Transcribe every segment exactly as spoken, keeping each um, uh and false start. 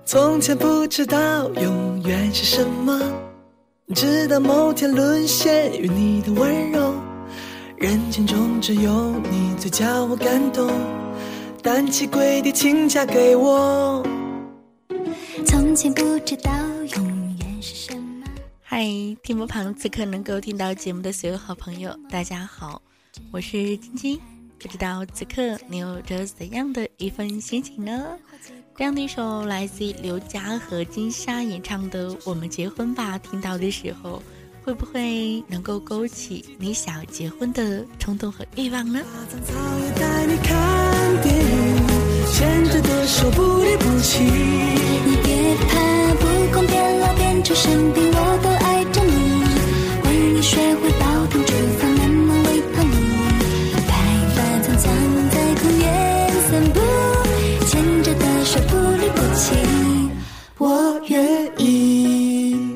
从前不知道永远是什么，直到某天沦陷于你的温柔，人群中只有你最叫我感动，单膝跪地请嫁给我。 从前不知道永远是什么。 嗨，听播旁此刻能够听到节目的所有好朋友，大家好，我是晶晶。不知道此刻你有着怎样的一份心情呢？这样的一首来自于刘佳和金莎演唱的《我们结婚吧》，听到的时候会不会能够勾起你想结婚的冲动和欲望呢？ 带你看电影，牵着的手不离不弃， 你别怕，不管变老变丑生病我都爱着你，为你学会煲汤煮饭慢慢喂胖你，白发苍苍在公园散步，牵着的手不离不弃，我愿意。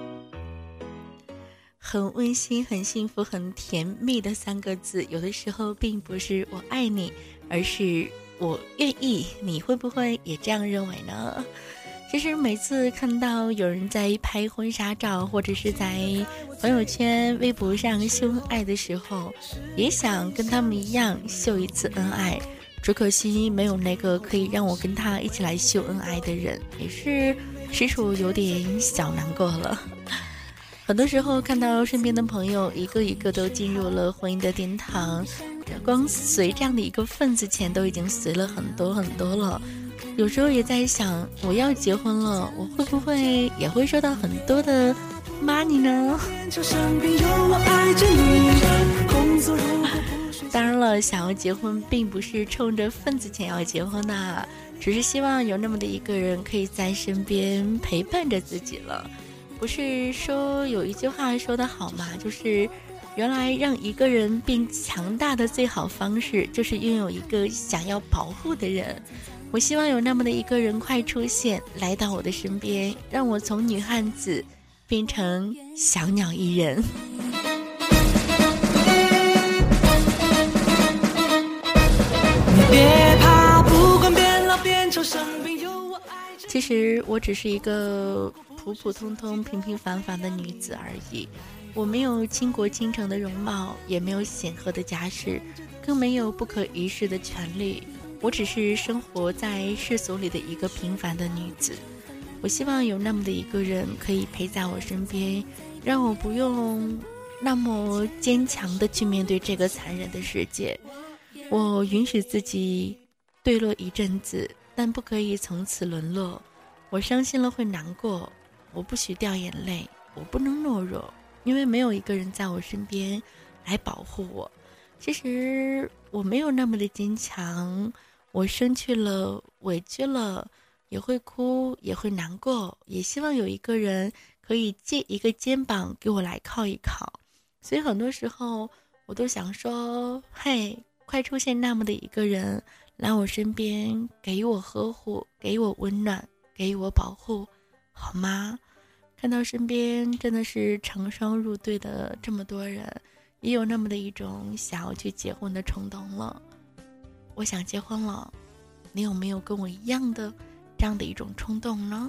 很温馨很幸福很甜蜜的三个字，有的时候并不是我爱你，而是我愿意。你会不会也这样认为呢？其实每次看到有人在拍婚纱照，或者是在朋友圈微博上秀恩爱的时候，也想跟他们一样秀一次恩爱，只可惜没有那个可以让我跟他一起来秀恩爱的人，也是实属有点小难过了。很多时候看到身边的朋友一个一个都进入了婚姻的殿堂，光随这样的一个份子钱都已经随了很多很多了。有时候也在想，我要结婚了，我会不会也会收到很多的 money 呢？当然了，想要结婚并不是冲着份子钱要结婚的，只是希望有那么的一个人可以在身边陪伴着自己了。不是说有一句话说得好吗？就是原来让一个人变强大的最好方式就是拥有一个想要保护的人。我希望有那么的一个人快出现，来到我的身边，让我从女汉子变成小鸟依人。 你别怕，不管变老变丑生病有我爱着。 其实我只是一个普普通通平平凡凡的女子而已，我没有倾国倾城的容貌，也没有显赫的家世，更没有不可一世的权利，我只是生活在世俗里的一个平凡的女子。我希望有那么的一个人可以陪在我身边，让我不用那么坚强的去面对这个残忍的世界。我允许自己坠落一阵子，但不可以从此沦落。我伤心了会难过，我不许掉眼泪，我不能懦弱，因为没有一个人在我身边来保护我。其实我没有那么的坚强，我生气了，委屈了，也会哭，也会难过，也希望有一个人可以借一个肩膀给我来靠一靠。所以很多时候我都想说，嘿，快出现那么的一个人来我身边，给予我呵护，给予我温暖，给予我保护，好吗？看到身边真的是成双入对的这么多人，也有那么的一种想要去结婚的冲动了。我想结婚了，你有没有跟我一样的这样的一种冲动呢？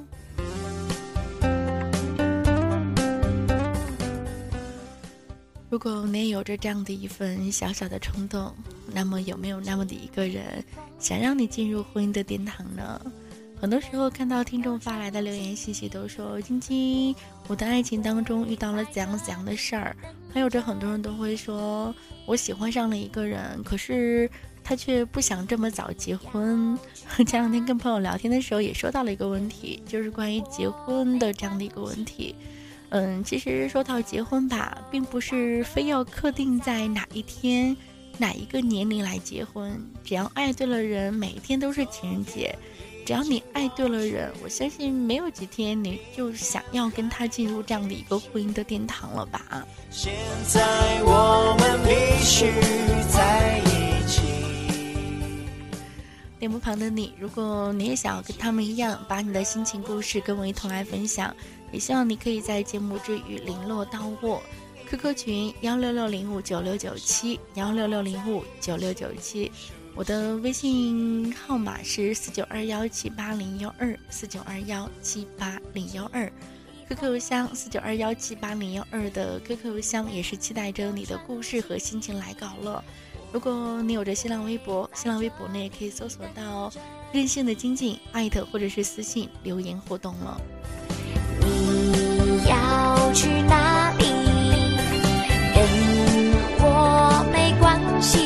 如果你也有着这样的一份小小的冲动，那么有没有那么的一个人想让你进入婚姻的殿堂呢？很多时候看到听众发来的留言信息都说，晶晶，我的爱情当中遇到了怎样怎样的事儿，还有着很多人都会说，我喜欢上了一个人，可是他却不想这么早结婚。前两天跟朋友聊天的时候也说到了一个问题，就是关于结婚的这样的一个问题。嗯，其实说到结婚吧，并不是非要刻定在哪一天哪一个年龄来结婚，只要爱对了人，每一天都是情人节。只要你爱对了人，我相信没有几天你就想要跟他进入这样的一个婚姻的殿堂了吧。 现在我们必须在一起。 屏幕旁的你，如果你也想要跟他们一样把你的心情故事跟我一同来分享，也希望你可以在节目之余联络到我 Q Q 群幺六六零五九六九七幺六六零五九六九七， 我的微信号码是四九二幺七八零幺二四九二幺七八零幺二。Q Q 邮箱四九二幺七八零幺二的 Q Q 邮箱也是期待着你的故事和心情来稿了。如果你有着新浪微博，新浪微博呢也可以搜索到任性的精进艾特或者是私信留言互动了。 你要去哪里？跟我没关系，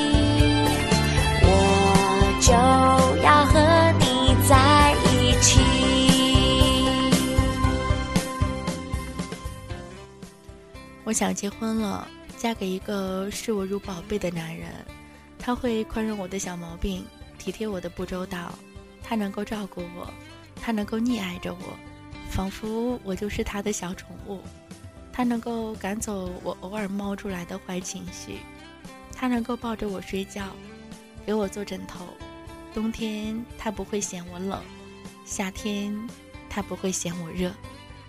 我就要和你在一起。 我想结婚了，嫁给一个视我如宝贝的男人，他会宽容我的小毛病，体贴我的不周到，他能够照顾我，他能够溺爱着我，仿佛我就是他的小宠物，他能够赶走我偶尔冒出来的坏情绪，他能够抱着我睡觉，给我做枕头，冬天他不会嫌我冷，夏天他不会嫌我热。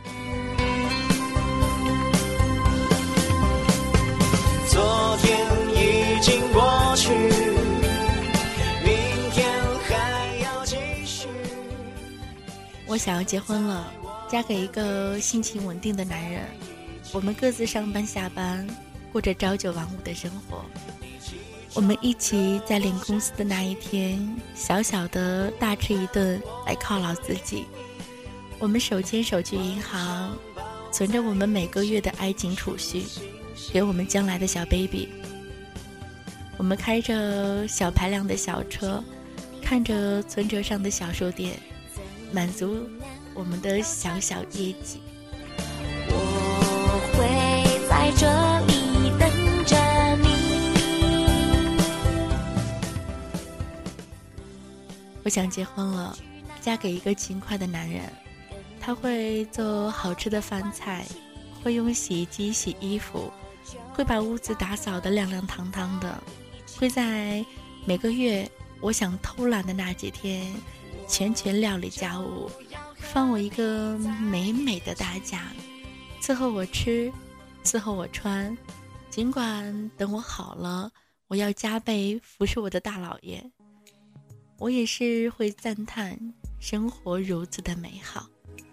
昨天已经过去，明天还要继续。 我想要结婚了，嫁给一个性情稳定的男人，我们各自上班下班，过着朝九晚五的生活。我们一起在领工资的那一天，小小的大吃一顿来犒劳自己。我们手牵手去银行，存着我们每个月的爱情储蓄，给我们将来的小 baby。 我们开着小排量的小车，看着存折上的小数点，满足我们的小小业绩。 我会在这里等着你。 我想结婚了，嫁给一个勤快的男人，他会做好吃的饭菜，会用洗衣机洗衣服，会把屋子打扫得亮亮堂堂的，会在每个月我想偷懒的那几天全权料理家务，放我一个美美的大假，伺候我吃，伺候我穿，尽管等我好了，我要加倍服侍我的大老爷。我也是会赞叹生活如此的美好。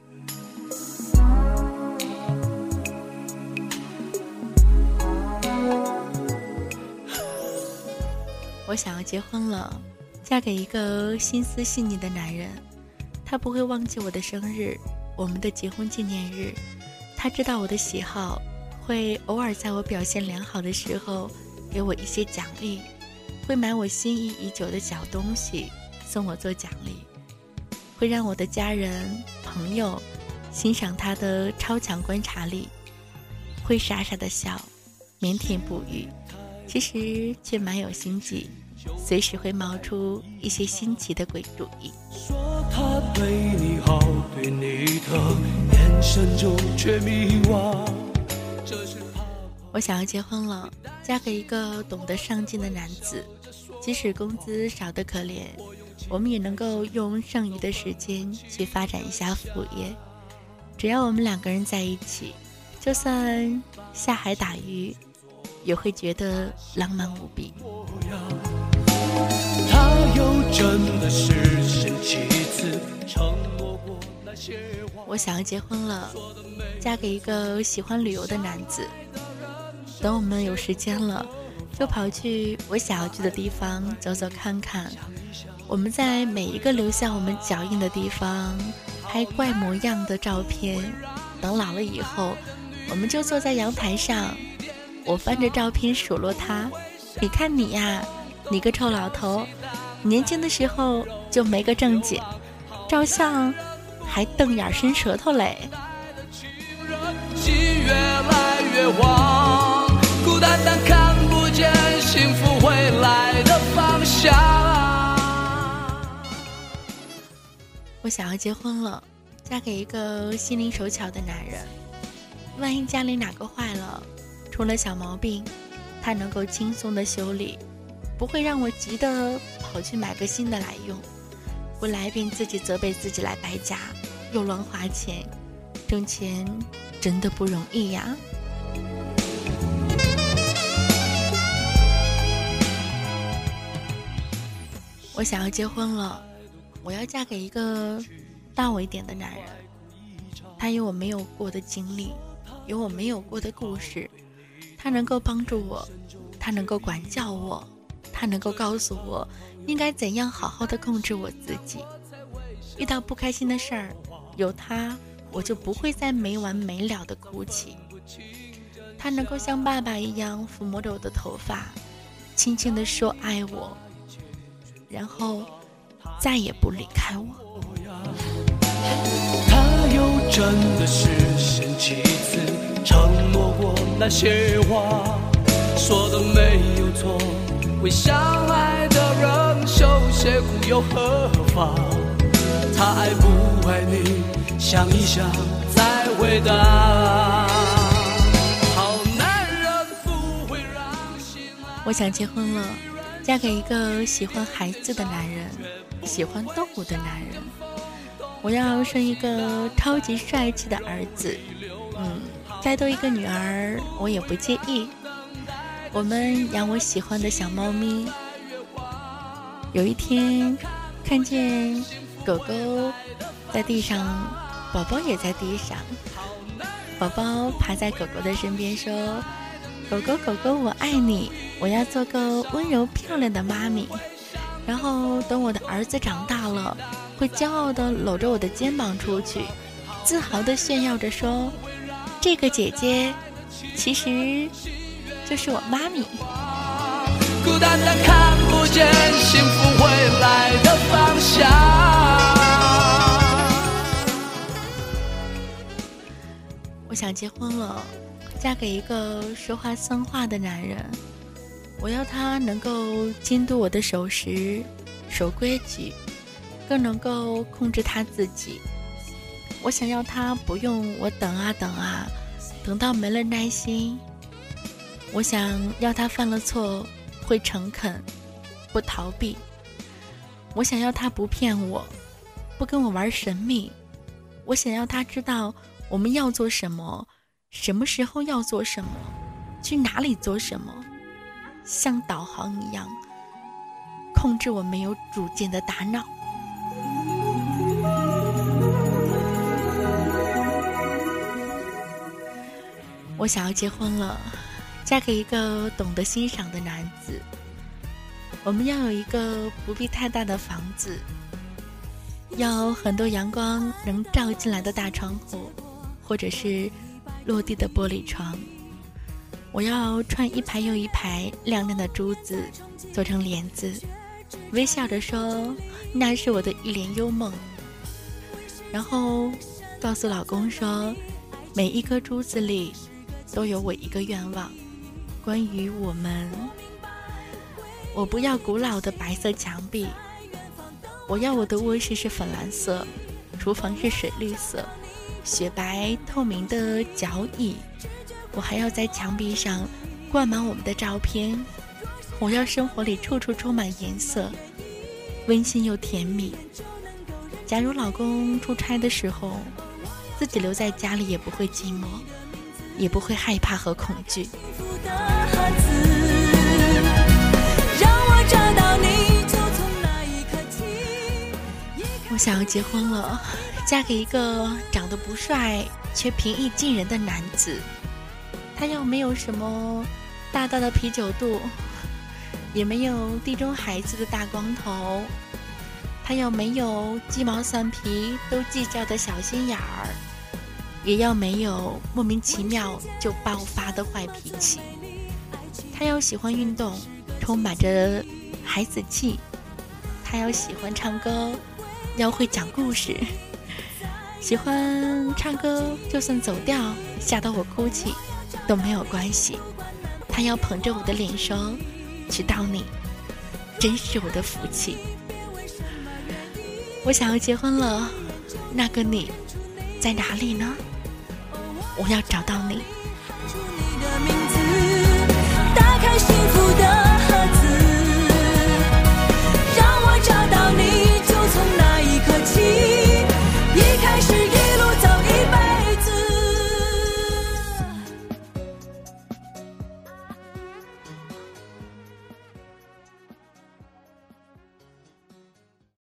我想要结婚了，嫁给一个心思细腻的男人，他不会忘记我的生日，我们的结婚纪念日，他知道我的喜好，会偶尔在我表现良好的时候给我一些奖励，会买我心仪已久的小东西送我做奖励，会让我的家人朋友欣赏他的超强观察力，会傻傻的笑，腼腆不语，其实却蛮有心计，随时会冒出一些新奇的鬼主意。 说他对你好，对你的眼神中却迷惘。这是他。 我想要结婚了，嫁给一个懂得上进的男子，即使工资少得可怜，我们也能够用剩余的时间去发展一下副业。只要我们两个人在一起，就算下海打鱼，也会觉得浪漫无比。 他又真的是先妻子承诺过那些话。 我想要结婚了，嫁给一个喜欢旅游的男子。等我们有时间了，就跑去我想要去的地方走走看看。我们在每一个留下我们脚印的地方拍怪模样的照片，等老了以后，我们就坐在阳台上，我翻着照片数落他，你看你呀，你个臭老头，年轻的时候就没个正经，照相还瞪眼伸舌头嘞。 越来越黄，孤单单看不见幸福回来的方向。 我想要结婚了，嫁给一个心灵手巧的男人，万一家里哪个坏了，出了小毛病，他能够轻松的修理，不会让我急得跑去买个新的来用，不来便自己责备自己来败家，又乱花钱，挣钱真的不容易呀。 我想要结婚了，我要嫁给一个大我一点的男人，他有我没有过的经历，有我没有过的故事，他能够帮助我，他能够管教我，他能够告诉我应该怎样好好的控制我自己。遇到不开心的事儿，有他我就不会再没完没了的哭泣。他能够像爸爸一样抚摸着我的头发，轻轻地说爱我，然后再也不离开我。 他又真的是嫌弃次承诺过那些话，说的没有错，为相爱的人受些苦又何妨？他爱不爱你，想一想再回答。好男人不会让心爱。 我想结婚了，嫁给一个喜欢孩子的男人，喜欢动物的男人。我要生一个超级帅气的儿子，嗯，再多一个女儿我也不介意。我们养我喜欢的小猫咪。有一天看见狗狗在地上，宝宝也在地上，宝宝爬在狗狗的身边说，狗狗狗狗我爱你，我要做个温柔漂亮的妈咪。然后等我的儿子长大了，会骄傲地搂着我的肩膀出去，自豪地炫耀着说，这个姐姐其实就是我妈咪。 孤单的看不见幸福回来的方向。 我想结婚了，嫁给一个说话算话的男人。我要他能够监督我的守时，守规矩，更能够控制他自己。我想要他不用我等啊等啊，等到没了耐心。我想要他犯了错会诚恳，不逃避。我想要他不骗我，不跟我玩神秘。我想要他知道我们要做什么，什么时候要做什么，去哪里做什么，像导航一样控制我没有主见的大脑。我想要结婚了，嫁给一个懂得欣赏的男子。我们要有一个不必太大的房子，要很多阳光能照进来的大窗户，或者是落地的玻璃窗。我要穿一排又一排亮亮的珠子做成帘子，微笑着说那是我的一帘幽梦。然后告诉老公说，每一颗珠子里都有我一个愿望，关于我们。我不要古老的白色墙壁，我要我的卧室是粉蓝色，厨房是水绿色，雪白透明的脚椅。我还要在墙壁上挂满我们的照片。我要生活里处处充满颜色，温馨又甜蜜。假如老公出差的时候，自己留在家里也不会寂寞，也不会害怕和恐惧。我想要结婚了，嫁给一个长得不帅却平易近人的男子。他又没有什么大大的啤酒肚，也没有地中海式的大光头，他又没有鸡毛蒜皮都计较的小心眼儿，也要没有莫名其妙就爆发的坏脾气。他要喜欢运动，充满着孩子气。他要喜欢唱歌，要会讲故事。喜欢唱歌，就算走调吓到我哭泣都没有关系。他要捧着我的脸说，娶到你真是我的福气。我想要结婚了，那个你在哪里呢？我要找到你。 打开幸福的